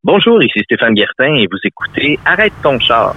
Bonjour, ici Stéphane Guertin et vous écoutez Arrête ton char.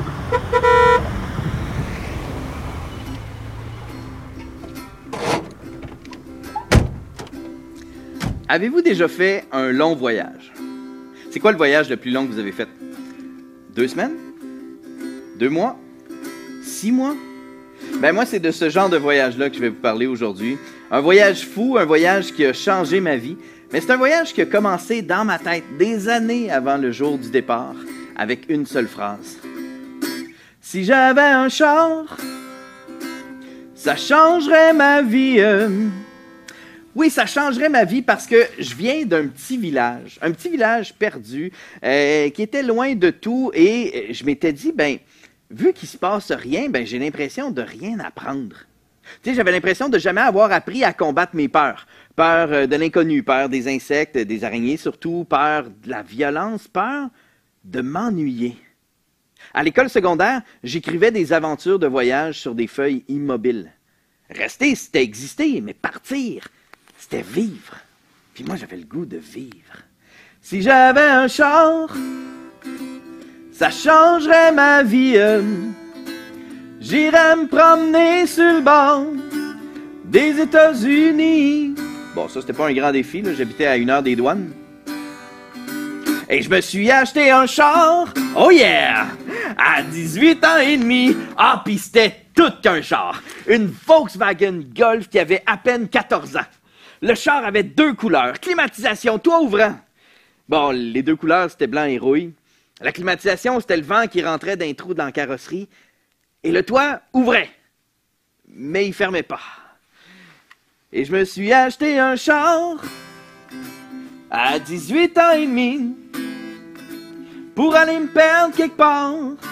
Avez-vous déjà fait un long voyage? C'est quoi le voyage le plus long que vous avez fait? 2 semaines? 2 mois? 6 mois? Ben moi, c'est de ce genre de voyage-là que je vais vous parler aujourd'hui. Un voyage fou, un voyage qui a changé ma vie. Mais c'est un voyage qui a commencé dans ma tête des années avant le jour du départ, avec une seule phrase. Si j'avais un char, ça changerait ma vie. Oui, ça changerait ma vie parce que je viens d'un petit village perdu, qui était loin de tout, et je m'étais dit, vu qu'il se passe rien, j'ai l'impression de rien apprendre. Tu sais, j'avais l'impression de jamais avoir appris à combattre mes peurs. Peur de l'inconnu, peur des insectes, des araignées surtout, peur de la violence, peur de m'ennuyer. À l'école secondaire, j'écrivais des aventures de voyage sur des feuilles immobiles. Rester, c'était exister, mais partir, c'était vivre. Puis moi, j'avais le goût de vivre. Si j'avais un char, ça changerait ma vie. J'irais me promener sur le bord des États-Unis. Bon, ça, c'était pas un grand défi, là. J'habitais à 1 heure des douanes. Et je me suis acheté un char, oh yeah, à 18 ans et demi. Ah, pis c'était tout qu'un char. Une Volkswagen Golf qui avait à peine 14 ans. Le char avait 2 couleurs, climatisation, toit ouvrant. Bon, les 2 couleurs, c'était blanc et rouille. La climatisation, c'était le vent qui rentrait d'un trou dans la carrosserie. Et le toit ouvrait, mais il fermait pas. Et je me suis acheté un char à 18 ans et demi pour aller me perdre quelque part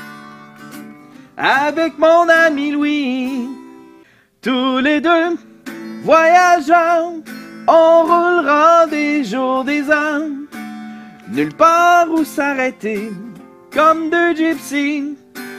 avec mon ami Louis. Tous les deux voyageurs, on roulera des jours, des heures, nulle part où s'arrêter, comme 2 gypsies.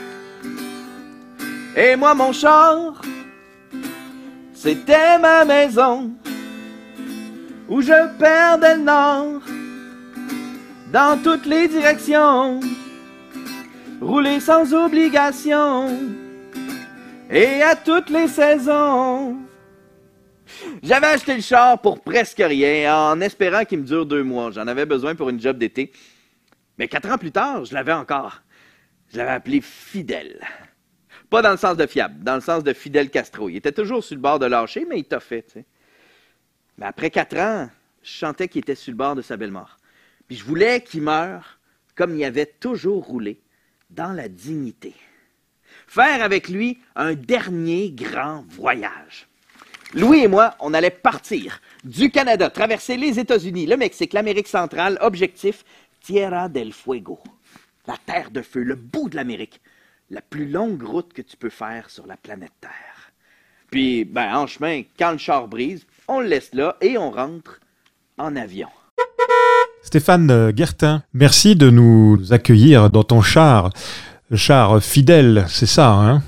Et moi, mon char, c'était ma maison, où je perdais le nord, dans toutes les directions, rouler sans obligation, et à toutes les saisons. J'avais acheté le char pour presque rien, en espérant qu'il me dure 2 mois. J'en avais besoin pour une job d'été. Mais 4 ans plus tard, je l'avais encore. Je l'avais appelé Fidèle. Pas dans le sens de fiable, dans le sens de Fidel Castro. Il était toujours sur le bord de lâcher, mais il t'a fait, tu sais. Mais après 4 ans, je sentais qu'il était sur le bord de sa belle mort. Puis je voulais qu'il meure comme il avait toujours roulé, dans la dignité. Faire avec lui un dernier grand voyage. Louis et moi, on allait partir du Canada, traverser les États-Unis, le Mexique, l'Amérique centrale, objectif Tierra del Fuego. La terre de feu, le bout de l'Amérique. La plus longue route que tu peux faire sur la planète Terre. Puis, en chemin, quand le char brise, on le laisse là et on rentre en avion. Stéphane Guertin, merci de nous accueillir dans ton char. Le char Fidèle, c'est ça, hein?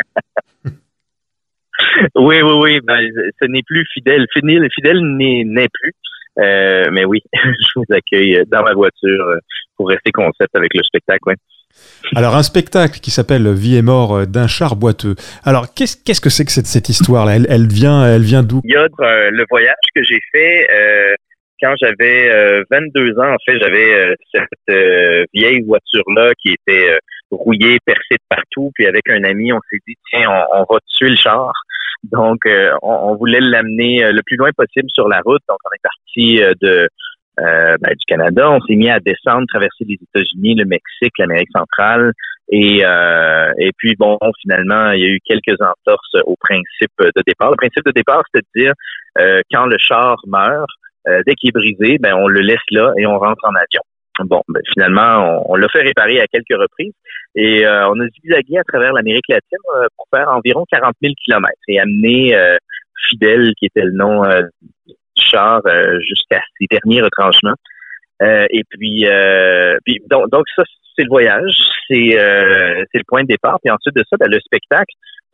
Oui. Ce n'est plus Fidèle. Fidèle n'est plus. Mais oui, je vous accueille dans ma voiture pour rester concept avec le spectacle, ouais. Alors, un spectacle qui s'appelle Vie et mort d'un char boiteux. Alors, qu'est-ce que c'est que cette histoire-là? Elle vient d'où? Il y a le voyage que j'ai fait quand j'avais 22 ans. En fait, j'avais cette vieille voiture-là qui était rouillée, percée de partout. Puis avec un ami, on s'est dit, tiens, on va tuer le char. Donc, on voulait l'amener le plus loin possible sur la route. Donc, on est parti du Canada. On s'est mis à descendre, traverser les États-Unis, le Mexique, l'Amérique centrale. Et puis, finalement, il y a eu quelques entorses au principe de départ. Le principe de départ, c'est de dire, quand le char meurt, dès qu'il est brisé, on le laisse là et on rentre en avion. Bon, finalement, on l'a fait réparer à quelques reprises et on a zigzagué à travers l'Amérique latine pour faire environ 40 000 kilomètres et amener Fidèle, qui était le nom du char, jusqu'à ses derniers retranchements. Et puis donc ça, c'est le voyage, c'est le point de départ. Puis ensuite de ça, le spectacle,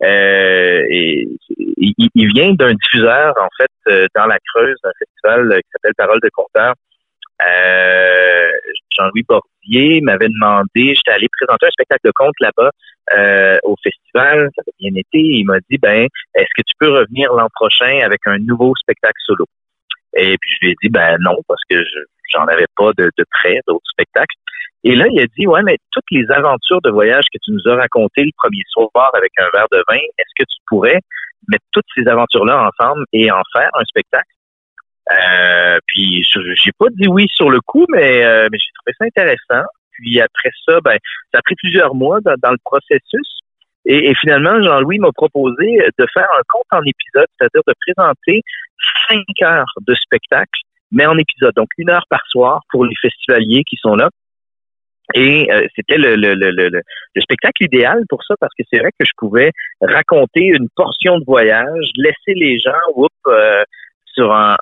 il vient d'un diffuseur, en fait, dans la Creuse, un festival qui s'appelle Parole de Conteur. Jean-Louis Bordy Didier m'avait demandé, j'étais allé présenter un spectacle de conte là-bas au festival, ça avait bien été. Il m'a dit, est-ce que tu peux revenir l'an prochain avec un nouveau spectacle solo? Et puis je lui ai dit, non, parce que j'en avais pas de près d'autres spectacles. Et là, il a dit, ouais, mais toutes les aventures de voyage que tu nous as racontées le premier soir avec un verre de vin, est-ce que tu pourrais mettre toutes ces aventures-là ensemble et en faire un spectacle? Puis j'ai pas dit oui sur le coup, mais j'ai trouvé ça intéressant. Puis après ça, ça a pris plusieurs mois dans le processus. Et finalement, Jean-Louis m'a proposé de faire un conte en épisode, c'est-à-dire de présenter 5 heures de spectacle, mais en épisode. Donc 1 heure par soir pour les festivaliers qui sont là. Et c'était le spectacle idéal pour ça, parce que c'est vrai que je pouvais raconter une portion de voyage, laisser les gens sur un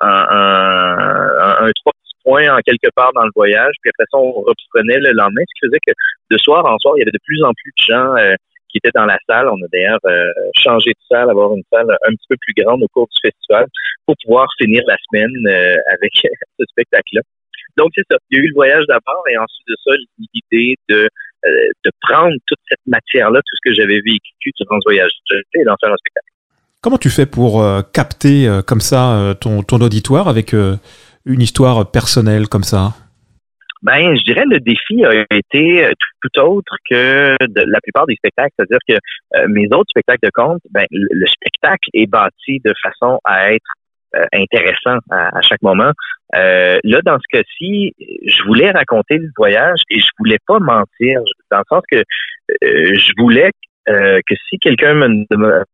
3 petits points en quelque part dans le voyage, puis après ça, on reprenait le lendemain, ce qui faisait que de soir en soir, il y avait de plus en plus de gens qui étaient dans la salle. On a d'ailleurs changé de salle, avoir une salle un petit peu plus grande au cours du festival pour pouvoir finir la semaine avec ce spectacle-là. Donc, c'est ça. Il y a eu le voyage d'abord et ensuite de ça, l'idée de prendre toute cette matière-là, tout ce que j'avais vécu durant ce voyage et d'en faire un spectacle. Comment tu fais pour capter comme ça ton auditoire avec une histoire personnelle comme ça? Je dirais le défi a été tout autre que la plupart des spectacles. C'est-à-dire que mes autres spectacles de conte, le spectacle est bâti de façon à être intéressant à chaque moment. Là, dans ce cas-ci, je voulais raconter le voyage et je voulais pas mentir, dans le sens que je voulais que si quelqu'un me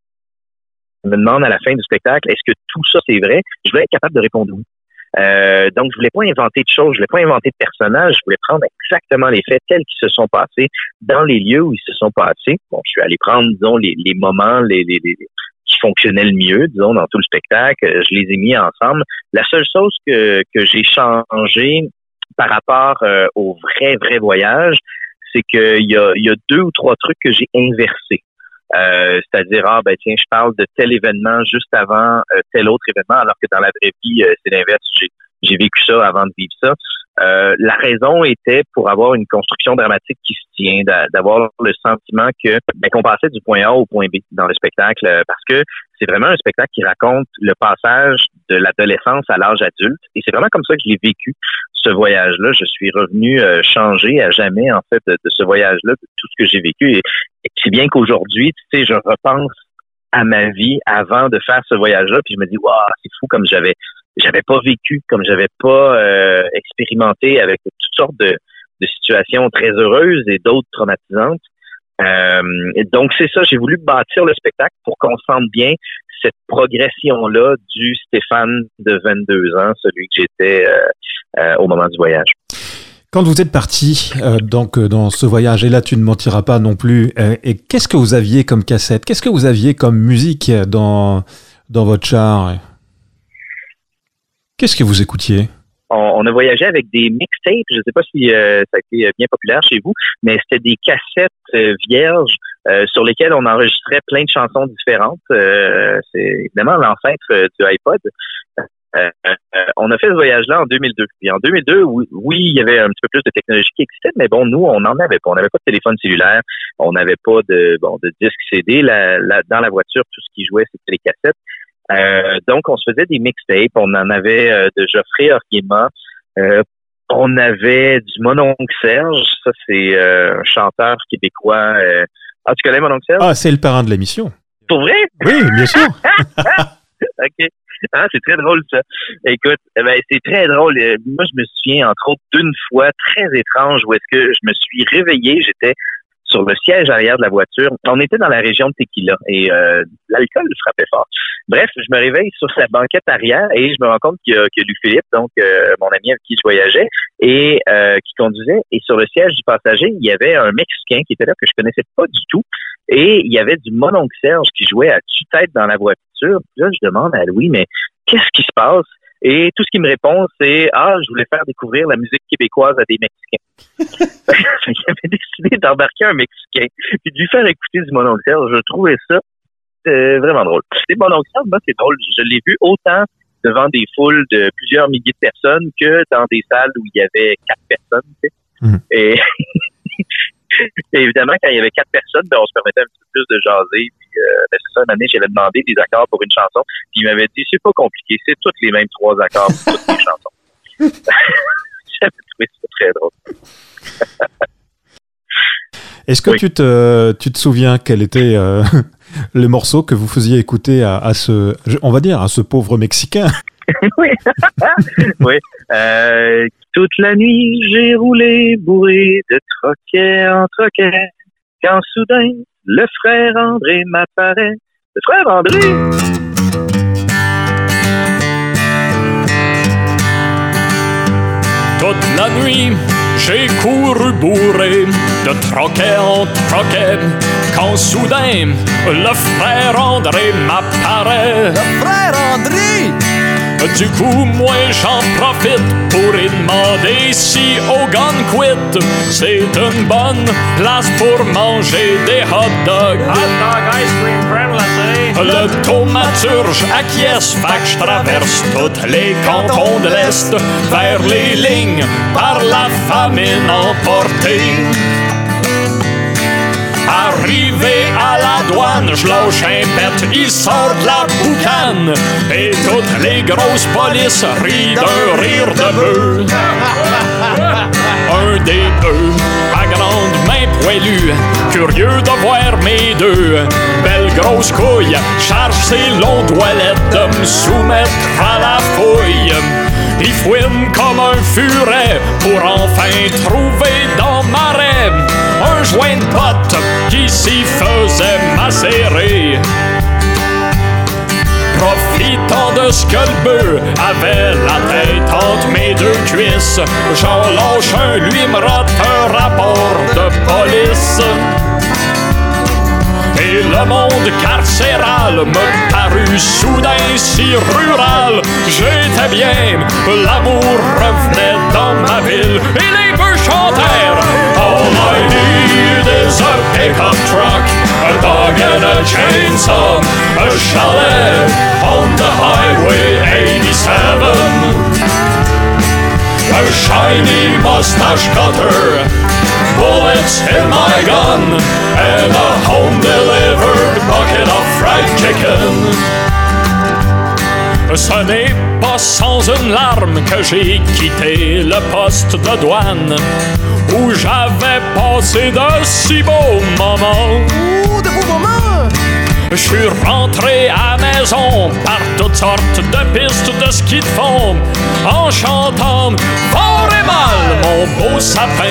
demande à la fin du spectacle, est-ce que tout ça c'est vrai, je voulais être capable de répondre oui. Donc, je voulais pas inventer de choses, je voulais pas inventer de personnages, je voulais prendre exactement les faits tels qu'ils se sont passés dans les lieux où ils se sont passés. Bon, je suis allé prendre, disons, les moments, les qui fonctionnaient le mieux, disons, dans tout le spectacle. Je les ai mis ensemble. La seule chose que j'ai changé par rapport au vrai voyage, c'est qu'il y a 2 ou 3 trucs que j'ai inversés. C'est-à-dire, tiens, je parle de tel événement juste avant tel autre événement, alors que dans la vraie vie, c'est l'inverse. J'ai vécu ça avant de vivre ça. La raison était pour avoir une construction dramatique qui se tient, d'avoir le sentiment que qu'on passait du point A au point B dans le spectacle, parce que c'est vraiment un spectacle qui raconte le passage de l'adolescence à l'âge adulte, et c'est vraiment comme ça que je l'ai vécu, ce voyage-là. Je suis revenu changer à jamais, en fait, de ce voyage-là, de tout ce que j'ai vécu, et si bien qu'aujourd'hui, tu sais, je repense à ma vie avant de faire ce voyage-là, puis je me dis, waouh, c'est fou comme j'avais pas vécu, comme j'avais pas expérimenté avec toutes sortes de situations très heureuses et d'autres traumatisantes. Et donc, c'est ça, j'ai voulu bâtir le spectacle pour qu'on sente bien cette progression-là du Stéphane de 22 ans, celui que j'étais au moment du voyage. Quand vous êtes parti donc dans ce voyage, et là tu ne mentiras pas non plus, et qu'est-ce que vous aviez comme cassette? Qu'est-ce que vous aviez comme musique dans votre char? Qu'est-ce que vous écoutiez? On a voyagé avec des mixtapes. Je ne sais pas si ça a été bien populaire chez vous, mais c'était des cassettes vierges sur lesquelles on enregistrait plein de chansons différentes. C'est évidemment l'ancêtre du iPod. On a fait ce voyage-là en 2002. Puis en 2002, oui, il y avait un petit peu plus de technologie qui existait, mais bon, nous, on n'en avait pas. On n'avait pas de téléphone cellulaire, on n'avait pas de disque CD. Dans la voiture, tout ce qui jouait, c'était les cassettes. Donc, on se faisait des mixtapes. On en avait de Geoffrey Oriema. On avait du Mononcle Serge. Ça, c'est un chanteur québécois. Ah, tu connais Mononcle Serge? Ah, c'est le parrain de l'émission. Pour vrai? Oui, bien sûr. OK. Ah, c'est très drôle, ça. Écoute, c'est très drôle. Moi, je me souviens, entre autres, d'une fois très étrange où est-ce que je me suis réveillé. J'étais sur le siège arrière de la voiture. On était dans la région de Tequila et l'alcool frappait fort. Bref, je me réveille sur la banquette arrière et je me rends compte qu'il y a Louis-Philippe, donc mon ami avec qui je voyageais, et qui conduisait. Et sur le siège du passager, il y avait un Mexicain qui était là que je connaissais pas du tout. Et il y avait du Mononcle Serge qui jouait à tue-tête dans la voiture. Puis là, je demande à Louis, mais qu'est-ce qui se passe? Et tout ce qu'il me répond, c'est « Ah, je voulais faire découvrir la musique québécoise à des Mexicains. » J'avais décidé d'embarquer un Mexicain puis de lui faire écouter du Mononcle Serge. Je trouvais ça vraiment drôle. Les Mononcle Serge, moi, c'est drôle. Je l'ai vu autant devant des foules de plusieurs milliers de personnes que dans des salles où il y avait 4 personnes. Tu sais. Et, et évidemment, quand il y avait 4 personnes, ben, on se permettait un petit peu plus de jaser. Puis, ben, c'est ça, une année, j'avais demandé des accords pour une chanson. Puis il m'avait dit, c'est pas compliqué, c'est tous les mêmes 3 accords pour toutes les chansons. J'avais trouvé ça très drôle. Est-ce que tu te souviens quel était le morceau que vous faisiez écouter à ce, on va dire, à ce pauvre Mexicain? Oui. Oui. Toute la nuit, j'ai roulé bourré de troquet en troquet. Quand soudain, le frère André m'apparaît. Le frère André! Toute la nuit, j'ai couru bourré de troquet en troquet. Quand soudain, le frère André m'apparaît. Le frère André! Du coup, moi j'en profite pour y demander si au Gunquit c'est une bonne place pour manger des hot dogs. Hot dog, ice cream, crème glacée. Le thaumaturge acquiesce, fait que je traverse tous les cantons de l'Est vers les lignes par la famine emportée. Arrivé à la douane, je lâche un pet, il sort de la boucane. Et toutes les grosses polices rient d'un rire de bœuf. Un des deux, à grande main poilue, curieux de voir mes deux belles grosses couilles, charge ses longs doigts de me soumettre à la fouille. Il fouine comme un furet pour enfin trouver dans ma rêve un joint de pote qui s'y faisait macérer. Profitant de ce que le bœuf avait la tête entre mes deux cuisses, j'en lâche un, lui me rate un rapport de police. Et le monde carcéral me parut soudain si rural. J'étais bien, l'amour revenait dans ma ville et les bœufs chantèrent. All I need is a pickup truck, a dog and a chainsaw, a chalet on the highway 87. A shiny mustache cutter, bullets in my gun, and a home-delivered bucket of fried chicken. Ce n'est pas sans une larme que j'ai quitté le poste de douane où j'avais passé de si beaux moments. Ouh, de beaux moments! Je suis rentré à la maison par toutes sortes de pistes de ski de fond en chantant fort et mal mon beau sapin.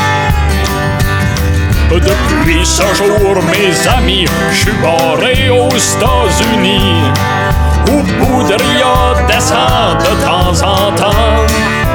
Depuis ce jour, mes amis, je suis barré aux États-Unis où Boudria descend de temps en temps.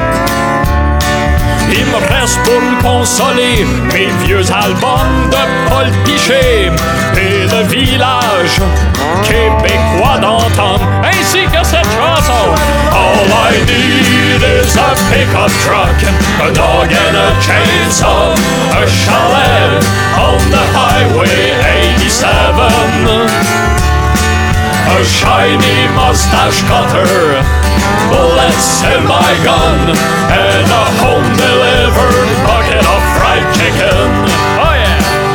Il me reste pour me consoler mes vieux albums de Paul Pichet et le village québécois d'antan, ainsi que cette chanson. All I need is a pickup truck, a dog and a chainsaw, a chalet on the highway 87. A shiny mustache cutter, bullets in my gun, and a home-delivered bucket of fried chicken. Oh yeah!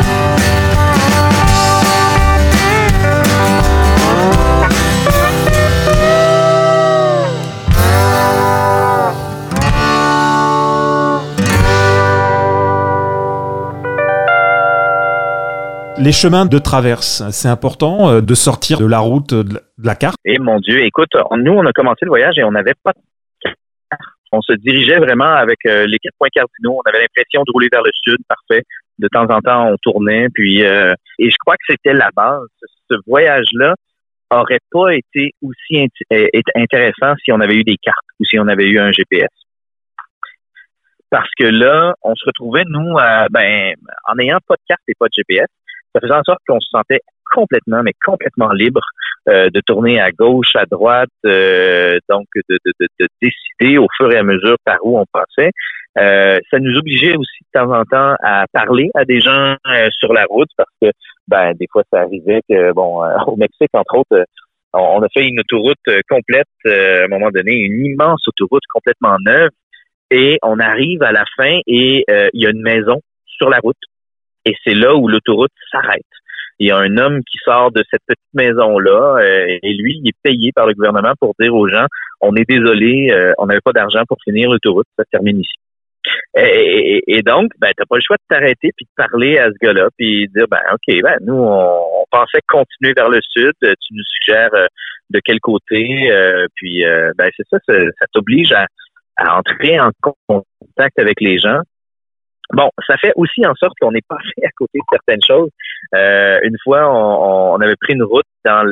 Les chemins de traverse, c'est important de sortir de la route de la carte. Et mon Dieu, écoute, nous, on a commencé le voyage et on n'avait pas de carte. On se dirigeait vraiment avec les 4 points cardinaux. On avait l'impression de rouler vers le sud, parfait. De temps en temps, on tournait. Puis, et je crois que c'était la base. Ce voyage-là aurait pas été aussi intéressant si on avait eu des cartes ou si on avait eu un GPS. Parce que là, on se retrouvait, nous, en n'ayant pas de carte et pas de GPS, ça faisait en sorte qu'on se sentait complètement libre de tourner à gauche, à droite, donc de décider au fur et à mesure par où on passait. Ça nous obligeait aussi de temps en temps à parler à des gens sur la route parce que des fois ça arrivait que au Mexique entre autres on a fait une autoroute complète à un moment donné, une immense autoroute complètement neuve. Et on arrive à la fin et il y a une maison sur la route. Et c'est là où l'autoroute s'arrête. Il y a un homme qui sort de cette petite maison-là et lui, il est payé par le gouvernement pour dire aux gens, on est désolé, on n'avait pas d'argent pour finir l'autoroute, ça termine ici. Et donc, t'as pas le choix de t'arrêter puis de parler à ce gars-là puis de dire, OK, nous, on pensait continuer vers le sud, tu nous suggères de quel côté, c'est ça, ça t'oblige à entrer en contact avec les gens. Bon, ça fait aussi en sorte qu'on est passé à côté de certaines choses. Une fois, on avait pris une route dans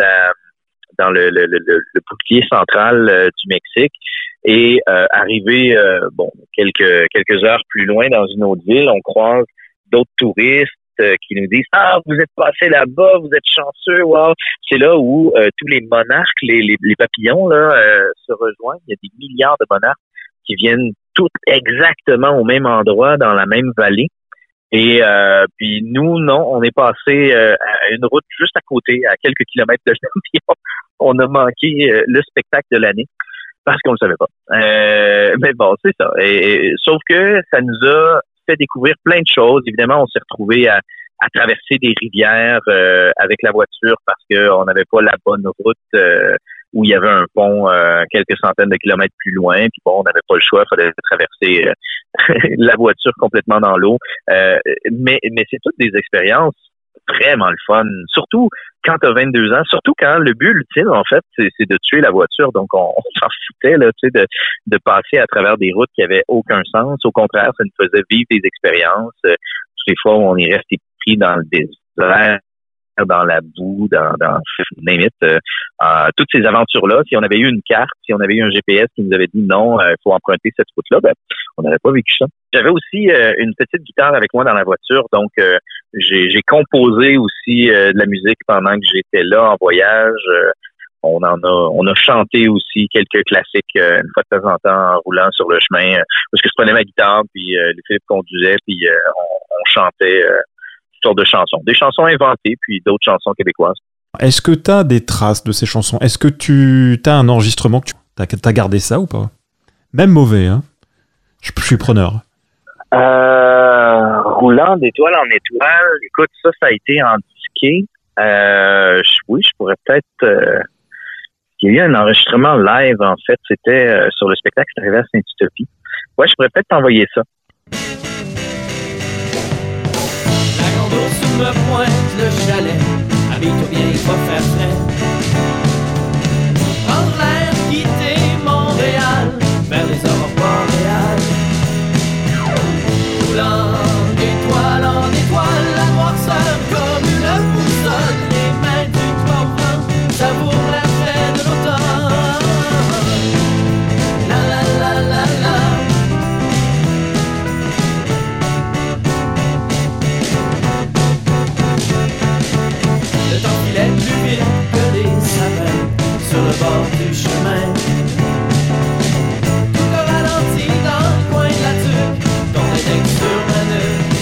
le bouclier central du Mexique et arrivé quelques heures plus loin dans une autre ville, on croise d'autres touristes qui nous disent vous êtes passé là-bas, vous êtes chanceux, wow. C'est là où tous les monarques, les papillons là se rejoignent. Il y a des milliards de monarques qui viennent tous exactement au même endroit dans la même vallée. Et puis nous, non, on est passé à une route juste à côté, à quelques kilomètres de là. On a manqué le spectacle de l'année parce qu'on le savait pas. Mais bon, c'est ça. Sauf que ça nous a fait découvrir plein de choses. Évidemment, on s'est retrouvés à traverser des rivières avec la voiture parce qu'on n'avait pas la bonne route où il y avait un pont quelques centaines de kilomètres plus loin. Puis bon, on n'avait pas le choix, il fallait traverser la voiture complètement dans l'eau. Mais c'est toutes des expériences vraiment le fun. Surtout quand tu as 22 ans, surtout quand le but ultime, en fait, c'est de tuer la voiture. Donc, on s'en foutait là, tu sais, de passer à travers des routes qui avaient aucun sens. Au contraire, ça nous faisait vivre des expériences. Toutes les fois où on est resté pris dans le désert, dans la boue, dans name it, toutes ces aventures-là, si on avait eu une carte, si on avait eu un GPS qui nous avait dit non, il faut emprunter cette route-là, on n'aurait pas vécu ça. J'avais aussi une petite guitare avec moi dans la voiture, donc j'ai composé aussi de la musique pendant que j'étais là en voyage. On a chanté aussi quelques classiques une fois de temps en temps en roulant sur le chemin, parce que je prenais ma guitare, puis Philippe conduisait, puis on chantait sortes de chansons. Des chansons inventées, puis d'autres chansons québécoises. Est-ce que tu as des traces de ces chansons? Est-ce que tu as un enregistrement que tu as gardé ça ou pas? Même mauvais, hein? Je suis preneur. Roulant d'étoile en étoile, écoute, ça a été en disqué. Oui, je pourrais peut-être... Il y a eu un enregistrement live, en fait. C'était sur le spectacle qui est arrivé à Saint-Utopie. Ouais, je pourrais peut-être t'envoyer ça. Me pointe le chalet, habille-toi bien, il va faire frais. Prendre l'air, quitter Montréal, vers les aurores boréales. Roulant d'étoile en étoile, la noirceur comme une boussole. Les mains du toit au vent, savoure la fête de l'automne. La la la la la. Il est plus vite que les sapins sur le bord du chemin. Tout le ralenti dans le coin de la tuque, ton index sur ma nuque.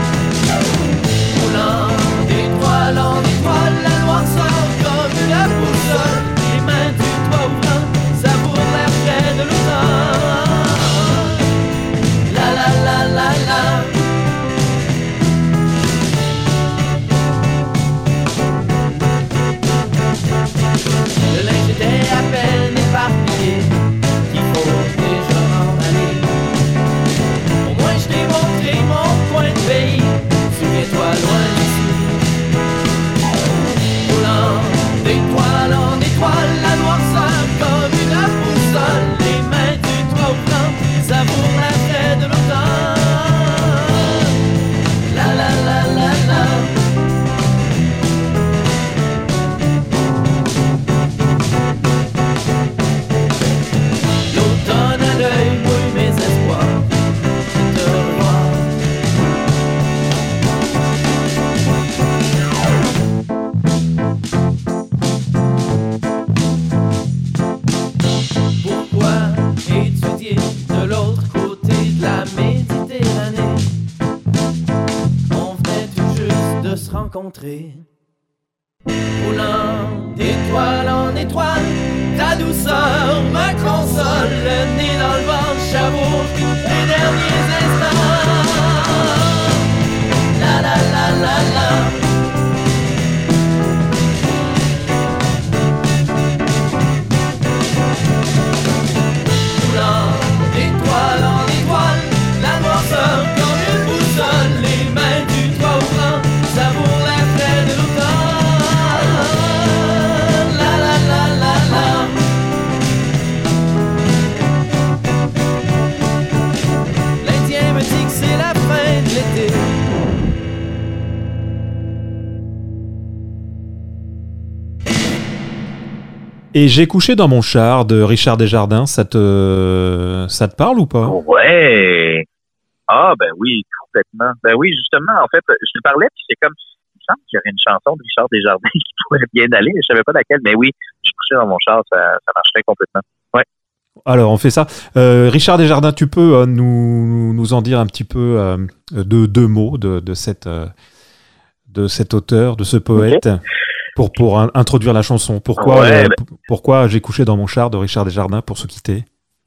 Roulant d'étoile en étoile, la noirceur comme une boussole. Les mains du toit ouvrant, savoure l'air frais de l'automne. La la la la la. Le linge était à peine éparpillé, qu'il faut déjà m'en aller. Au moins je t'ai montré mon coin de pays, souviens-toi loin d'ici. Roulant d'étoile en étoile, la noirceur comme une boussole. Les mains du toit ouvrant, savoure la fête de l'automne. La la la la la. Rencontrer roulant d'étoile en étoile, ta douceur me console, le nez dans le vent, j'avoue les derniers instants. La la la la la. D'étoile en étoile, la noirceur comme une boussole, les mains du toit ouvrant savourent la fête de l'automne. La la la la la. L'Indien me dit que c'est la fin de l'été. Et J'ai couché dans mon char de Richard Desjardins, ça te parle ou pas? Ouais. Ah, ben oui, complètement. Ben oui, justement, en fait, je te parlais, puis c'est comme, il me semble qu'il y aurait une chanson de Richard Desjardins qui pourrait bien aller, je savais pas laquelle, mais oui, J'ai couché dans mon char, ça marcherait complètement. Ouais. Alors, on fait ça. Richard Desjardins, tu peux nous en dire un petit peu deux mots de cet auteur, de ce poète, okay, pour introduire la chanson. Pourquoi J'ai couché dans mon char de Richard Desjardins pour se quitter?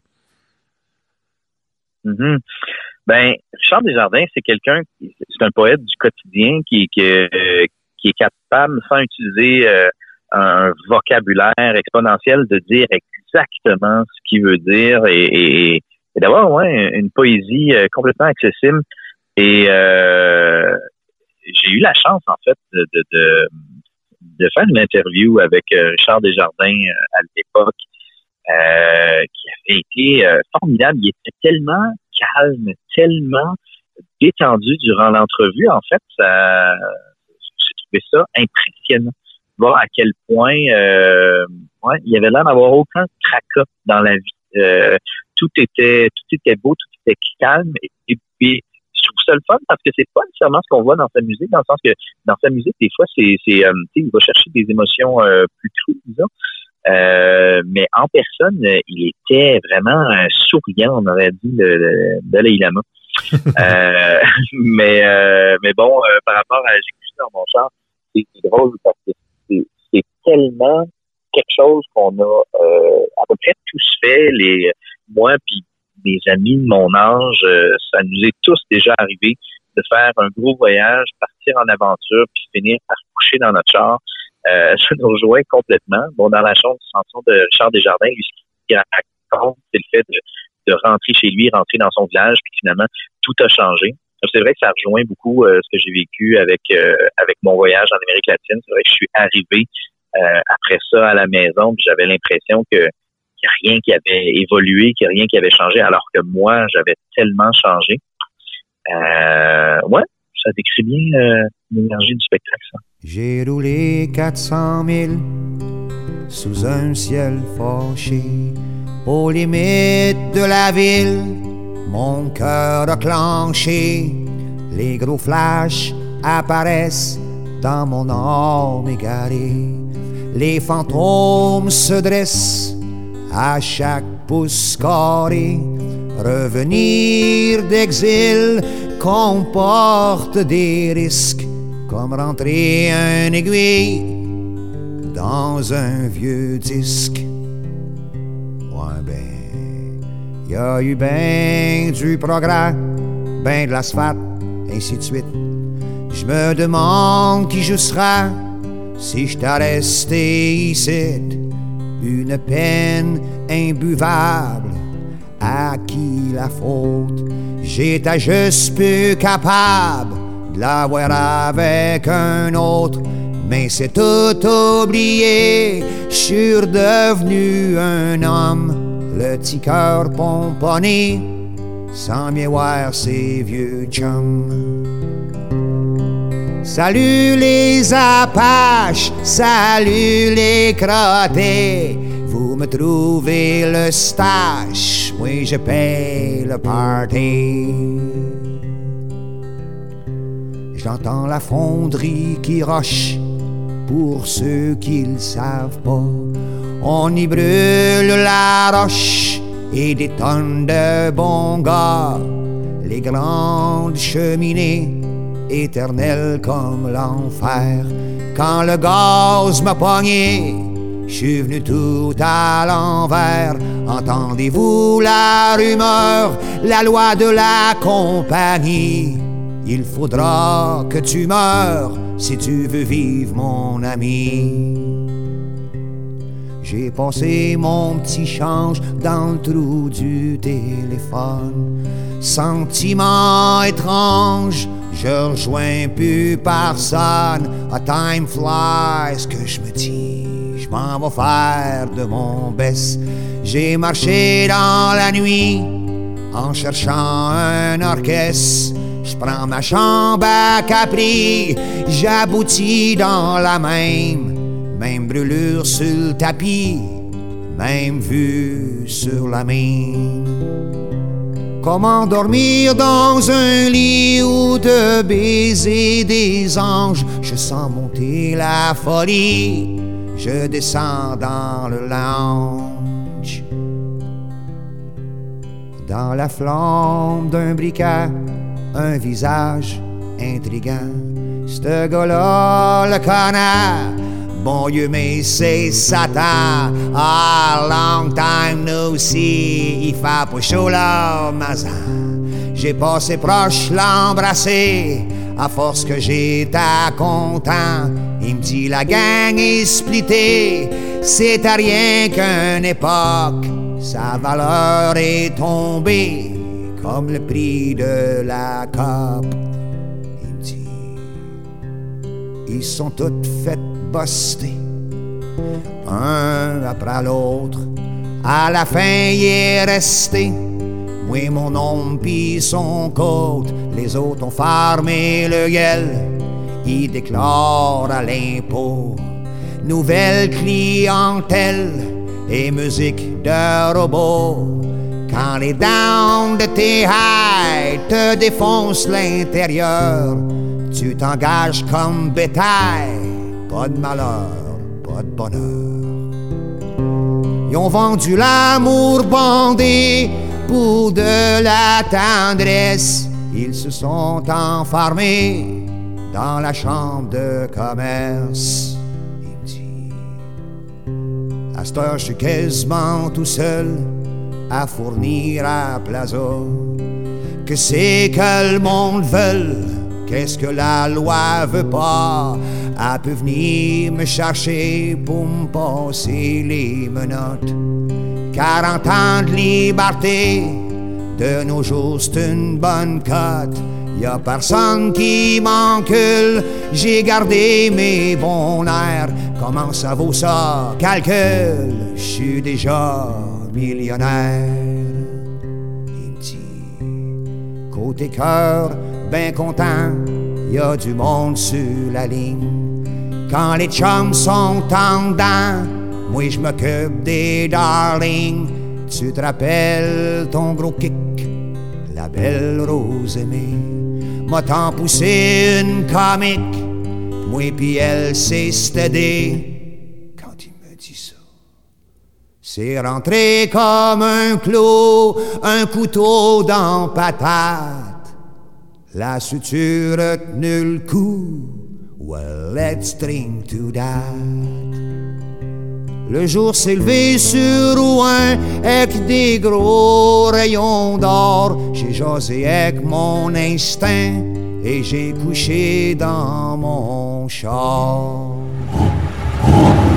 Mm-hmm. Ben, Richard Desjardins, c'est c'est un poète du quotidien qui est capable, sans utiliser un vocabulaire exponentiel, de dire exactement ce qu'il veut dire et d'avoir une poésie complètement accessible. Et j'ai eu la chance, en fait, de faire une interview avec Richard Desjardins à l'époque, qui avait été formidable. Il était tellement calme, tellement détendu durant l'entrevue. En fait, j'ai trouvé ça impressionnant. Voir à quel point il avait l'air d'avoir aucun tracas dans la vie. Tout était beau, tout était calme. Et puis, je trouve ça le fun parce que c'est pas nécessairement ce qu'on voit dans sa musique, dans le sens que dans sa musique, des fois, il va chercher des émotions plus crues, disons. Mais en personne, il était vraiment souriant, on aurait dit, le Dalai Lama. Mais bon, par rapport à J'ai couché dans mon char, c'est drôle parce que c'est tellement quelque chose qu'on a à peu près tous fait, moi puis des amis de mon âge, ça nous est tous déjà arrivé de faire un gros voyage, partir en aventure, puis finir par coucher dans notre char. Ça nous rejoint complètement. Bon, dans la chanson de Richard Desjardins, lui, ce qu'il raconte, c'est le fait de rentrer chez lui, rentrer dans son village, puis finalement, tout a changé. C'est vrai que ça rejoint beaucoup ce que j'ai vécu avec mon voyage en Amérique latine. C'est vrai que je suis arrivé après ça à la maison, puis j'avais l'impression qu'il n'y a rien qui avait évolué, qu'il n'y a rien qui avait changé, alors que moi, j'avais tellement changé. Ça décrit bien l'énergie du spectacle, ça. J'ai roulé 400 000 sous un ciel fâché, aux limites de la ville, mon cœur a clenché. Les gros flashs apparaissent dans mon âme égarée. Les fantômes se dressent à chaque pouce carré. Revenir d'exil comporte des risques, comme rentrer un aiguille dans un vieux disque. Ouais, ben, y a eu ben du progrès, ben de l'asphalte, ainsi de suite. Je me demande qui je serais si je t'ai resté ici. Une peine imbuvable, à qui la faute? J'étais juste plus capable de l'avoir avec un autre, mais c'est tout oublié. Je suis redevenu un homme, le petit cœur pomponné, sans mieux voir ses vieux chums. Salut les Apaches, salut les crottés, vous me trouvez le stash, moi je paye le party. J'entends la fonderie qui roche, pour ceux qui le savent pas. On y brûle la roche et des tonnes de bons gars. Les grandes cheminées éternel comme l'enfer. Quand le gaz m'a pogné, je suis venu tout à l'envers. Entendez-vous la rumeur, la loi de la compagnie? Il faudra que tu meures si tu veux vivre, mon ami. J'ai passé mon petit change dans le trou du téléphone. Sentiment étrange, je rejoins plus personne. A time flies, que je me dis, je m'en vais faire de mon best. J'ai marché dans la nuit en cherchant un orchestre. Je prends ma chambre à Capri, j'aboutis dans la même brûlure sur le tapis, même vue sur la mine. Comment dormir dans un lit où de baiser des anges? Je sens monter la folie, je descends dans le lounge. Dans la flamme d'un briquet, un visage intriguant. Ce gars-là le connaît, bon Dieu, mais c'est Satan. Ah, long time no see, il fait pas chaud là, mazan. J'ai passé proche l'embrasser, à force que j'étais content. Il me dit la gang est splittée, c'est à rien qu'une époque. Sa valeur est tombée comme le prix de la COP. Il me dit, ils sont toutes faites buster, un après l'autre. À la fin, il est resté, moi, mon homme pis son côte. Les autres ont fermé le gueule, ils déclarent à l'impôt. Nouvelle clientèle et musique de robot. Quand les downs de tes highs te défoncent l'intérieur, tu t'engages comme bétail. Pas de malheur, pas de bonheur. Ils ont vendu l'amour bandé pour de la tendresse. Ils se sont enfermés dans la chambre de commerce. Il me dit, à cette heure, je suis quasiment tout seul à fournir à Plaza. Que c'est que le monde veut, qu'est-ce que la loi veut pas? Elle peut venir me chercher pour me passer les menottes. 40 ans de liberté, de nos jours c'est une bonne cote. Y'a personne qui m'encule, j'ai gardé mes bons airs. Comment ça vaut ça? Calcul, j'suis déjà millionnaire. Il me dit, côté cœur, ben content, y'a du monde sur la ligne. Quand les chums sont en dedans, moi je m'occupe des darlings. Tu te rappelles ton gros kick, la belle Rose aimée? M'a tant poussé une comique, moi pis elle s'est stédée. Quand il me dit ça, c'est rentré comme un clou, un couteau dans patate. La suture a tenu le coup, well let's drink to that. Le jour s'est levé sur Rouen avec des gros rayons d'or. J'ai jasé avec mon instinct et j'ai couché dans mon char.